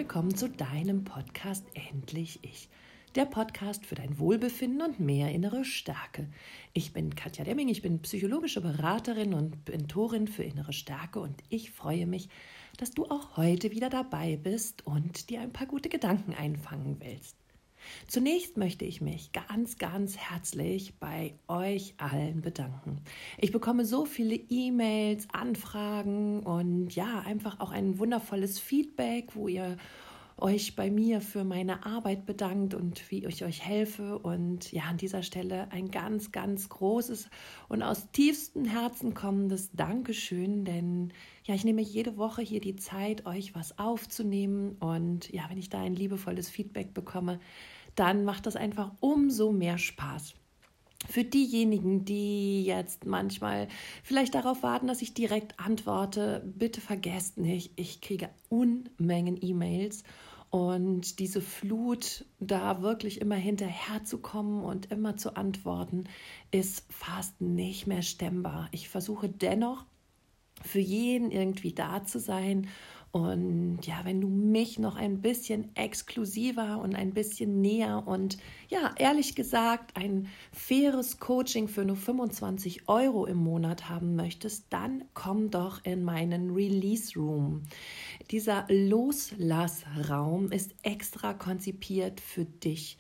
willkommen zu deinem Podcast Endlich Ich. Der Podcast für dein Wohlbefinden und mehr innere Stärke. Ich bin Katja Demming, ich bin psychologische Beraterin und Mentorin für innere Stärke und ich freue mich, dass du auch heute wieder dabei bist und dir ein paar gute Gedanken einfangen willst. Zunächst möchte ich mich ganz herzlich bei euch allen bedanken. Ich bekomme so viele E-Mails, Anfragen und ja, einfach auch ein wundervolles Feedback, wo ihr euch bei mir für meine Arbeit bedankt und wie ich euch helfe. Und ja, an dieser Stelle ein ganz großes und aus tiefstem Herzen kommendes Dankeschön, denn ja, ich nehme jede Woche hier die Zeit, euch was aufzunehmen. Und ja, wenn ich da ein liebevolles Feedback bekomme, dann macht das einfach umso mehr Spaß. Für diejenigen, die jetzt manchmal vielleicht darauf warten, dass ich direkt antworte, bitte vergesst nicht, ich kriege Unmengen E-Mails und diese Flut, da wirklich immer hinterher zu kommen und immer zu antworten, ist fast nicht mehr stemmbar. Ich versuche dennoch, für jeden irgendwie da zu sein. Und ja, wenn du mich noch ein bisschen exklusiver und ein bisschen näher und ja, ehrlich gesagt, ein faires Coaching für nur 25 € im Monat haben möchtest, dann komm doch in meinen Release Room. Dieser Loslassraum ist extra konzipiert für dich.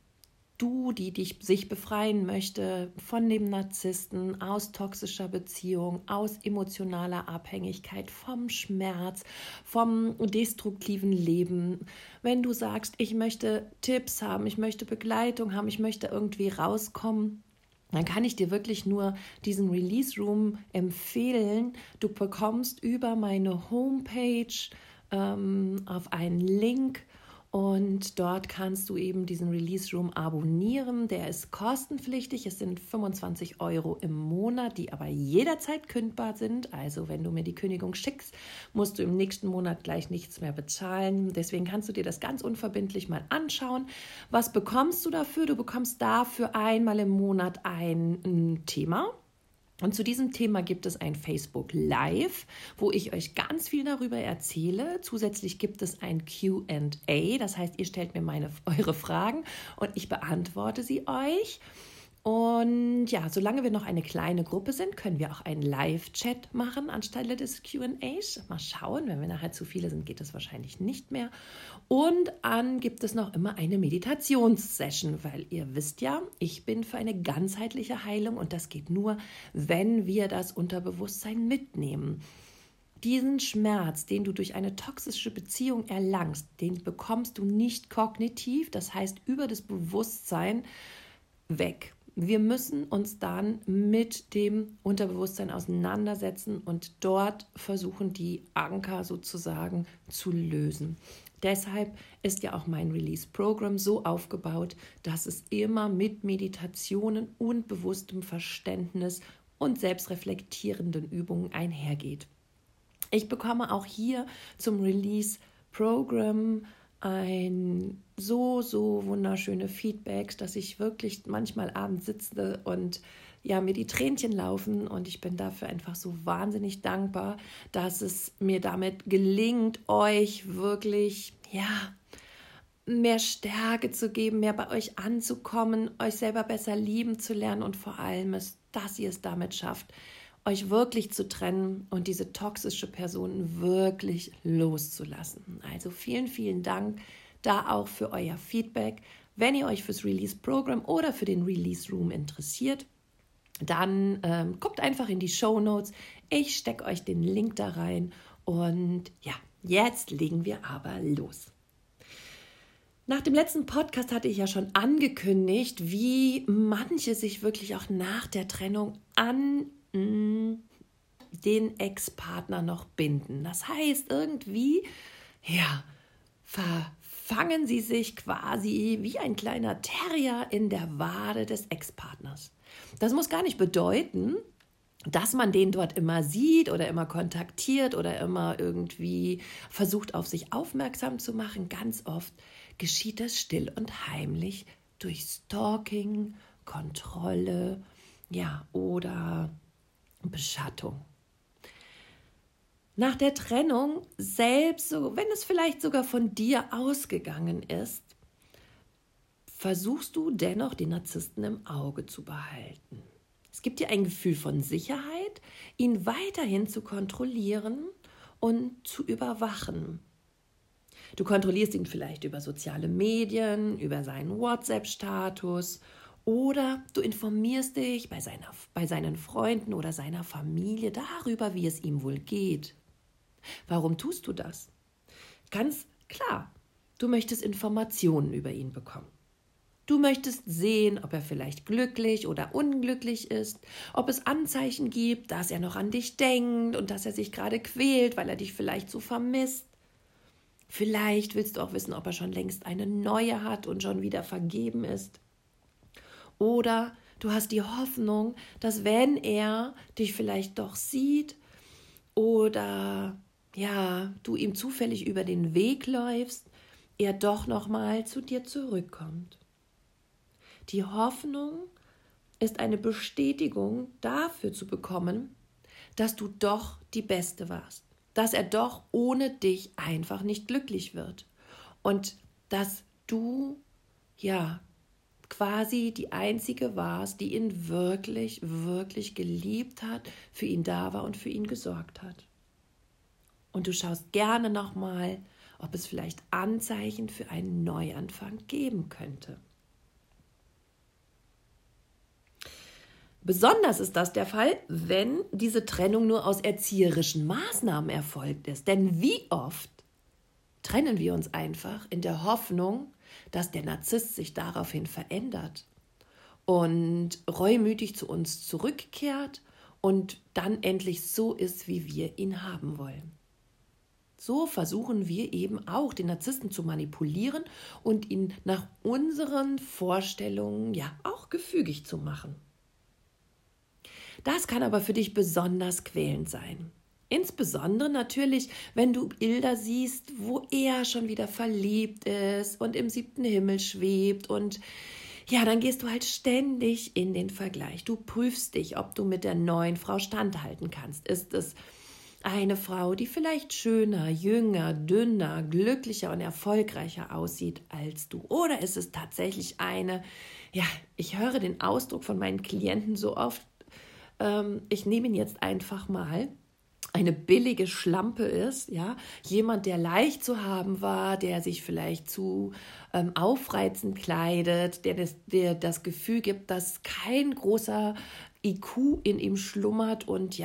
Du, die sich befreien möchte von dem Narzissten, aus toxischer Beziehung, aus emotionaler Abhängigkeit, vom Schmerz, vom destruktiven Leben. Wenn du sagst, ich möchte Tipps haben, ich möchte Begleitung haben, ich möchte irgendwie rauskommen, dann kann ich dir wirklich nur diesen Release Room empfehlen. Du bekommst über meine Homepage auf einen Link und dort kannst du eben diesen Release Room abonnieren. Der ist kostenpflichtig. Es sind 25 € im Monat, die aber jederzeit kündbar sind. Also wenn du mir die Kündigung schickst, musst du im nächsten Monat gleich nichts mehr bezahlen. Deswegen kannst du dir das ganz unverbindlich mal anschauen. Was bekommst du dafür? Du bekommst dafür einmal im Monat ein Thema. Und zu diesem Thema gibt es ein Facebook Live, wo ich euch ganz viel darüber erzähle. Zusätzlich gibt es ein Q&A, das heißt, ihr stellt mir eure Fragen und ich beantworte sie euch. Und ja, solange wir noch eine kleine Gruppe sind, können wir auch einen Live-Chat machen anstelle des Q&As. Mal schauen, wenn wir nachher zu viele sind, geht das wahrscheinlich nicht mehr. Und dann gibt es noch immer eine Meditationssession, weil ihr wisst ja, ich bin für eine ganzheitliche Heilung und das geht nur, wenn wir das Unterbewusstsein mitnehmen. Diesen Schmerz, den du durch eine toxische Beziehung erlangst, den bekommst du nicht kognitiv, das heißt über das Bewusstsein weg. Wir müssen uns dann mit dem Unterbewusstsein auseinandersetzen und dort versuchen, die Anker sozusagen zu lösen. Deshalb ist ja auch mein Release-Programm so aufgebaut, dass es immer mit Meditationen und bewusstem Verständnis und selbstreflektierenden Übungen einhergeht. Ich bekomme auch hier zum Release-Programm ein so wunderschöne Feedbacks, dass ich wirklich manchmal abends sitze und ja, mir die Tränchen laufen und ich bin dafür einfach so wahnsinnig dankbar, dass es mir damit gelingt, euch wirklich, ja, mehr Stärke zu geben, mehr bei euch anzukommen, euch selber besser lieben zu lernen und vor allem, dass ihr es damit schafft, euch wirklich zu trennen und diese toxische Person wirklich loszulassen. Also vielen Dank da auch für euer Feedback. Wenn ihr euch fürs Release-Programm oder für den Release-Room interessiert, dann guckt einfach in die Shownotes. Ich stecke euch den Link da rein und ja, jetzt legen wir aber los. Nach dem letzten Podcast hatte ich ja schon angekündigt, wie manche sich wirklich auch nach der Trennung an den Ex-Partner noch binden. Das heißt, irgendwie, ja, verfangen sie sich quasi wie ein kleiner Terrier in der Wade des Ex-Partners. Das muss gar nicht bedeuten, dass man den dort immer sieht oder immer kontaktiert oder immer irgendwie versucht, auf sich aufmerksam zu machen. Ganz oft geschieht das still und heimlich durch Stalking, Kontrolle, ja, oder Beschattung. Nach der Trennung, selbst so, wenn es vielleicht sogar von dir ausgegangen ist, versuchst du dennoch den Narzissten im Auge zu behalten. Es gibt dir ein Gefühl von Sicherheit, ihn weiterhin zu kontrollieren und zu überwachen. Du kontrollierst ihn vielleicht über soziale Medien, über seinen WhatsApp-Status oder du informierst dich bei seinen Freunden oder seiner Familie darüber, wie es ihm wohl geht. Warum tust du das? Ganz klar, du möchtest Informationen über ihn bekommen. Du möchtest sehen, ob er vielleicht glücklich oder unglücklich ist, ob es Anzeichen gibt, dass er noch an dich denkt und dass er sich gerade quält, weil er dich vielleicht so vermisst. Vielleicht willst du auch wissen, ob er schon längst eine neue hat und schon wieder vergeben ist. Oder du hast die Hoffnung, dass wenn er dich vielleicht doch sieht oder du ihm zufällig über den Weg läufst, er doch nochmal zu dir zurückkommt. Die Hoffnung ist eine Bestätigung dafür zu bekommen, dass du doch die Beste warst, dass er doch ohne dich einfach nicht glücklich wird und dass du quasi die Einzige warst, die ihn wirklich, wirklich geliebt hat, für ihn da war und für ihn gesorgt hat. Und du schaust gerne nochmal, ob es vielleicht Anzeichen für einen Neuanfang geben könnte. Besonders ist das der Fall, wenn diese Trennung nur aus erzieherischen Maßnahmen erfolgt ist. Denn wie oft trennen wir uns einfach in der Hoffnung, dass der Narzisst sich daraufhin verändert und reumütig zu uns zurückkehrt und dann endlich so ist, wie wir ihn haben wollen. So versuchen wir eben auch, den Narzissten zu manipulieren und ihn nach unseren Vorstellungen auch gefügig zu machen. Das kann aber für dich besonders quälend sein. Insbesondere natürlich, wenn du Bilder siehst, wo er schon wieder verliebt ist und im 7. Himmel schwebt und dann gehst du halt ständig in den Vergleich. Du prüfst dich, ob du mit der neuen Frau standhalten kannst. Ist es eine Frau, die vielleicht schöner, jünger, dünner, glücklicher und erfolgreicher aussieht als du? Oder ist es tatsächlich eine, ich höre den Ausdruck von meinen Klienten so oft, ich nehme ihn jetzt einfach mal, eine billige Schlampe ist, jemand, der leicht zu haben war, der sich vielleicht zu aufreizend kleidet, der das Gefühl gibt, dass kein großer IQ in ihm schlummert und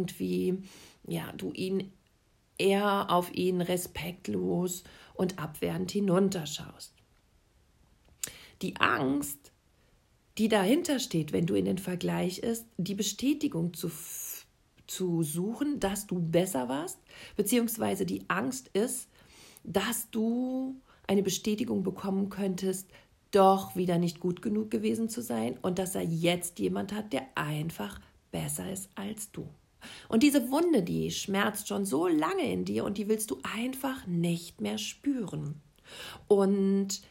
du ihn eher auf ihn respektlos und abwertend hinunterschaust. Die Angst, die dahinter steht, wenn du in den Vergleich ist, die Bestätigung zu suchen, dass du besser warst, beziehungsweise die Angst ist, dass du eine Bestätigung bekommen könntest, doch wieder nicht gut genug gewesen zu sein und dass er jetzt jemand hat, der einfach besser ist als du. Und diese Wunde, die schmerzt schon so lange in dir und die willst du einfach nicht mehr spüren. Und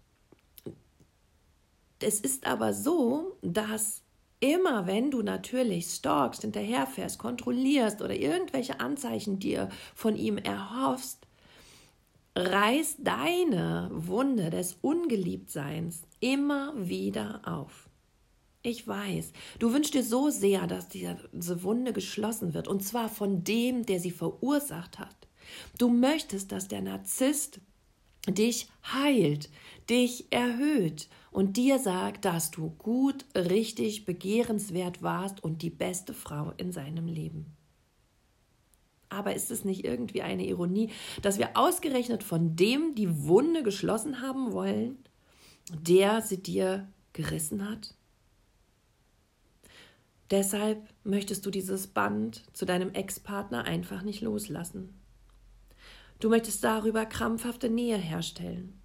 es ist aber so, dass immer, wenn du natürlich stalkst, hinterherfährst, kontrollierst oder irgendwelche Anzeichen dir von ihm erhoffst, reißt deine Wunde des Ungeliebtseins immer wieder auf. Ich weiß, du wünschst dir so sehr, dass diese Wunde geschlossen wird, und zwar von dem, der sie verursacht hat. Du möchtest, dass der Narzisst dich heilt, dich erhöht und dir sagt, dass du gut, richtig, begehrenswert warst und die beste Frau in seinem Leben. Aber ist es nicht irgendwie eine Ironie, dass wir ausgerechnet von dem die Wunde geschlossen haben wollen, der sie dir gerissen hat? Deshalb möchtest du dieses Band zu deinem Ex-Partner einfach nicht loslassen. Du möchtest darüber krampfhafte Nähe herstellen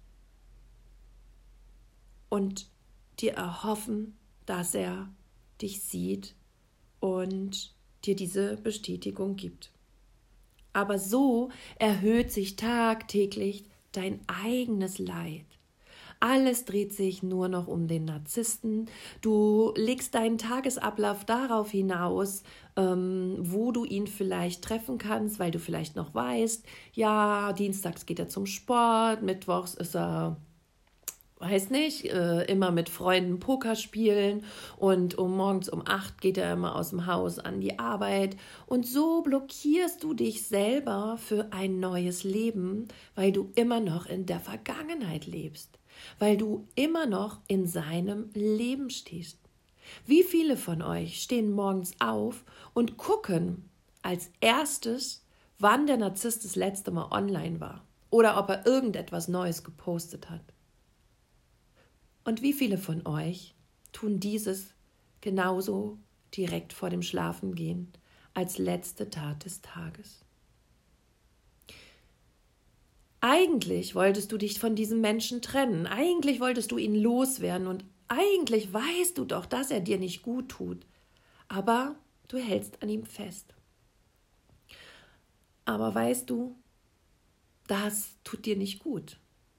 und dir erhoffen, dass er dich sieht und dir diese Bestätigung gibt. Aber so erhöht sich tagtäglich dein eigenes Leid. Alles dreht sich nur noch um den Narzissten. Du legst deinen Tagesablauf darauf hinaus, wo du ihn vielleicht treffen kannst, weil du vielleicht noch weißt, ja, dienstags geht er zum Sport, mittwochs ist er, weiß nicht, immer mit Freunden Poker spielen und morgens um 8 geht er immer aus dem Haus an die Arbeit. Und so blockierst du dich selber für ein neues Leben, weil du immer noch in der Vergangenheit lebst, weil du immer noch in seinem Leben stehst. Wie viele von euch stehen morgens auf und gucken als erstes, wann der Narzisst das letzte Mal online war oder ob er irgendetwas Neues gepostet hat? Und wie viele von euch tun dieses genauso direkt vor dem Schlafengehen als letzte Tat des Tages? Eigentlich wolltest du dich von diesem Menschen trennen, eigentlich wolltest du ihn loswerden und eigentlich weißt du doch, dass er dir nicht gut tut, aber du hältst an ihm fest. Aber weißt du, das tut dir nicht gut.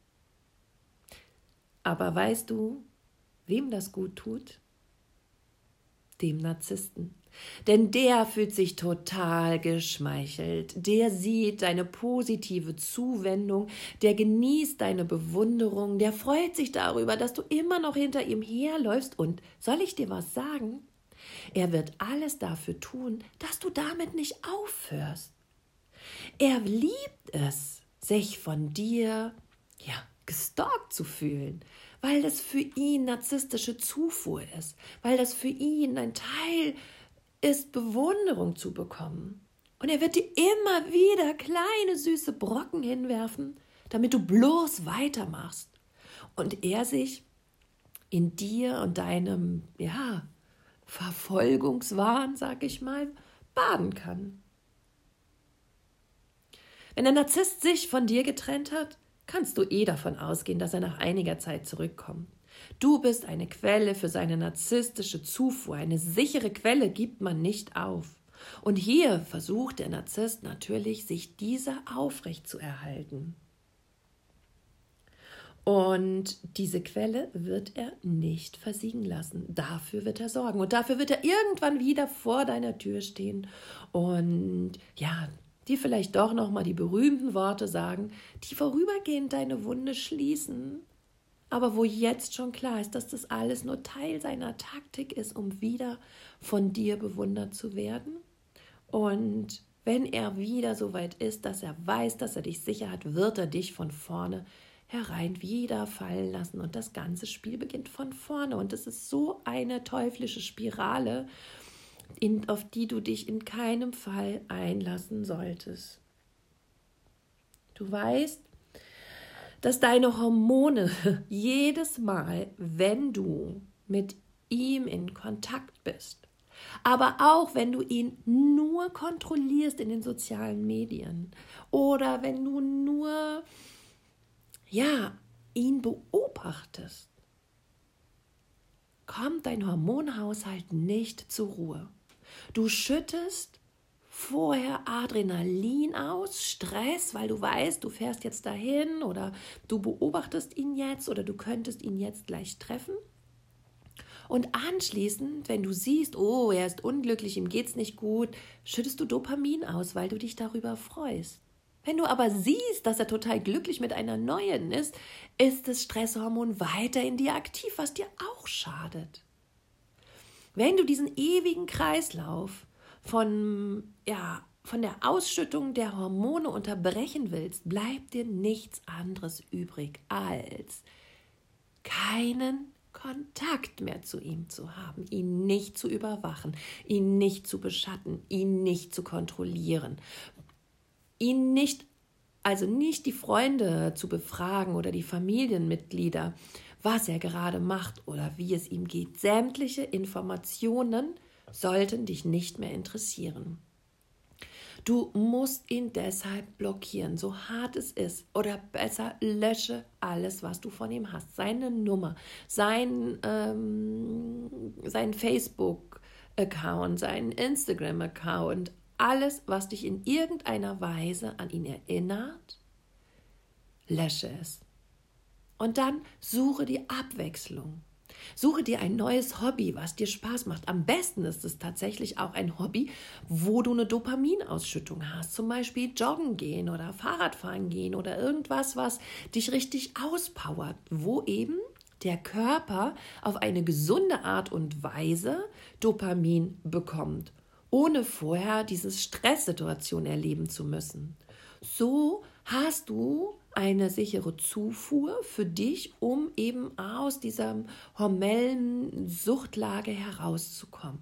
Aber weißt du, wem das gut tut? Dem Narzissten. Denn der fühlt sich total geschmeichelt. Der sieht deine positive Zuwendung, der genießt deine Bewunderung, der freut sich darüber, dass du immer noch hinter ihm herläufst. Und soll ich dir was sagen? Er wird alles dafür tun, dass du damit nicht aufhörst. Er liebt es, sich von dir, gestalkt zu fühlen, weil das für ihn narzisstische Zufuhr ist, weil das für ihn ein Teil ist, Bewunderung zu bekommen. Und er wird dir immer wieder kleine, süße Brocken hinwerfen, damit du bloß weitermachst. Und er sich in dir und deinem, Verfolgungswahn, sag ich mal, baden kann. Wenn der Narzisst sich von dir getrennt hat, kannst du davon ausgehen, dass er nach einiger Zeit zurückkommt. Du bist eine Quelle für seine narzisstische Zufuhr. Eine sichere Quelle gibt man nicht auf. Und hier versucht der Narzisst natürlich, sich dieser aufrecht zu erhalten. Und diese Quelle wird er nicht versiegen lassen. Dafür wird er sorgen. Und dafür wird er irgendwann wieder vor deiner Tür stehen und dir vielleicht doch nochmal die berühmten Worte sagen, die vorübergehend deine Wunde schließen, aber wo jetzt schon klar ist, dass das alles nur Teil seiner Taktik ist, um wieder von dir bewundert zu werden. Und wenn er wieder so weit ist, dass er weiß, dass er dich sicher hat, wird er dich von vorne herein wieder fallen lassen und das ganze Spiel beginnt von vorne. Und es ist so eine teuflische Spirale, auf die du dich in keinem Fall einlassen solltest. Du weißt, dass deine Hormone jedes Mal, wenn du mit ihm in Kontakt bist, aber auch wenn du ihn nur kontrollierst in den sozialen Medien oder wenn du nur ihn beobachtest, kommt dein Hormonhaushalt nicht zur Ruhe. Du schüttest vorher Adrenalin aus, Stress, weil du weißt, du fährst jetzt dahin oder du beobachtest ihn jetzt oder du könntest ihn jetzt gleich treffen. Und anschließend, wenn du siehst, oh, er ist unglücklich, ihm geht's nicht gut, schüttest du Dopamin aus, weil du dich darüber freust. Wenn du aber siehst, dass er total glücklich mit einer neuen ist, ist das Stresshormon weiter in dir aktiv, was dir auch schadet. Wenn du diesen ewigen Kreislauf von der Ausschüttung der Hormone unterbrechen willst, bleibt dir nichts anderes übrig, als keinen Kontakt mehr zu ihm zu haben, ihn nicht zu überwachen, ihn nicht zu beschatten, ihn nicht zu kontrollieren, ihn nicht die Freunde zu befragen oder die Familienmitglieder, was er gerade macht oder wie es ihm geht. Sämtliche Informationen sollten dich nicht mehr interessieren. Du musst ihn deshalb blockieren, so hart es ist. Oder besser, lösche alles, was du von ihm hast. Seine Nummer, sein Facebook-Account, seinen Instagram-Account, alles, was dich in irgendeiner Weise an ihn erinnert, lösche es. Und dann suche dir Abwechslung. Suche dir ein neues Hobby, was dir Spaß macht. Am besten ist es tatsächlich auch ein Hobby, wo du eine Dopaminausschüttung hast. Zum Beispiel joggen gehen oder Fahrradfahren gehen oder irgendwas, was dich richtig auspowert, wo eben der Körper auf eine gesunde Art und Weise Dopamin bekommt, ohne vorher diese Stresssituation erleben zu müssen. So hast du eine sichere Zufuhr für dich, um eben aus dieser hormonellen Suchtlage herauszukommen.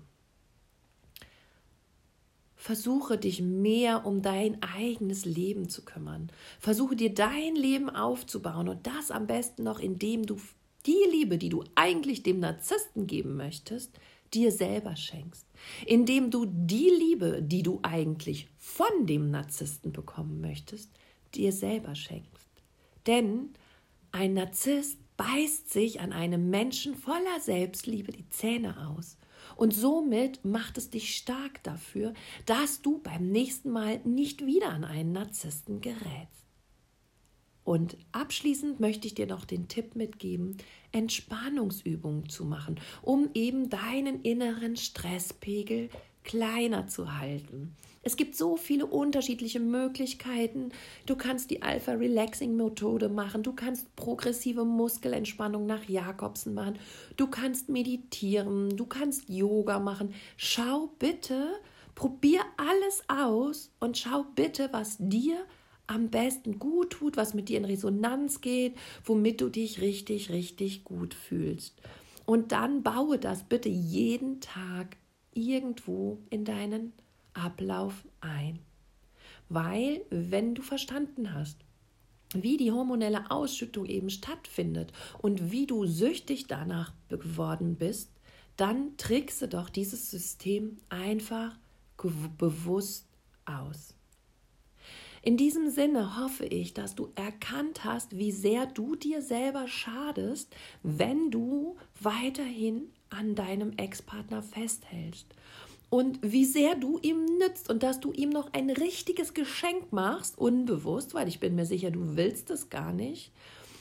Versuche dich mehr um dein eigenes Leben zu kümmern. Versuche dir dein Leben aufzubauen und das am besten noch, indem du die Liebe, die du eigentlich dem Narzissten geben möchtest, dir selber schenkst. Indem du die Liebe, die du eigentlich von dem Narzissten bekommen möchtest, dir selber schenkst. Denn ein Narzisst beißt sich an einem Menschen voller Selbstliebe die Zähne aus. Und somit macht es dich stark dafür, dass du beim nächsten Mal nicht wieder an einen Narzissten gerätst. Und abschließend möchte ich dir noch den Tipp mitgeben, Entspannungsübungen zu machen, um eben deinen inneren Stresspegel kleiner zu halten. Es gibt so viele unterschiedliche Möglichkeiten. Du kannst die Alpha-Relaxing-Methode machen, du kannst progressive Muskelentspannung nach Jakobsen machen, du kannst meditieren, du kannst Yoga machen. Schau bitte, probier alles aus und schau bitte, was dir am besten gut tut, was mit dir in Resonanz geht, womit du dich richtig, richtig gut fühlst. Und dann baue das bitte jeden Tag irgendwo in deinen Ablauf ein. Weil, wenn du verstanden hast, wie die hormonelle Ausschüttung eben stattfindet und wie du süchtig danach geworden bist, dann trickse doch dieses System einfach bewusst aus. In diesem Sinne hoffe ich, dass du erkannt hast, wie sehr du dir selber schadest, wenn du weiterhin an deinem Ex-Partner festhältst. Und wie sehr du ihm nützt und dass du ihm noch ein richtiges Geschenk machst, unbewusst, weil ich bin mir sicher, du willst es gar nicht.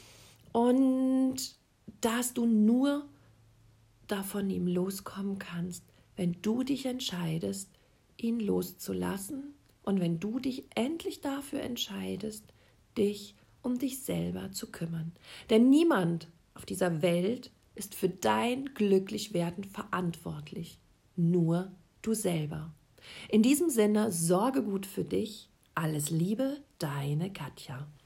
Und dass du nur davon ihm loskommen kannst, wenn du dich entscheidest, ihn loszulassen. Und wenn du dich endlich dafür entscheidest, dich um dich selber zu kümmern. Denn niemand auf dieser Welt ist für dein Glücklichwerden verantwortlich. Nur du selber. In diesem Sinne, sorge gut für dich. Alles Liebe, deine Katja.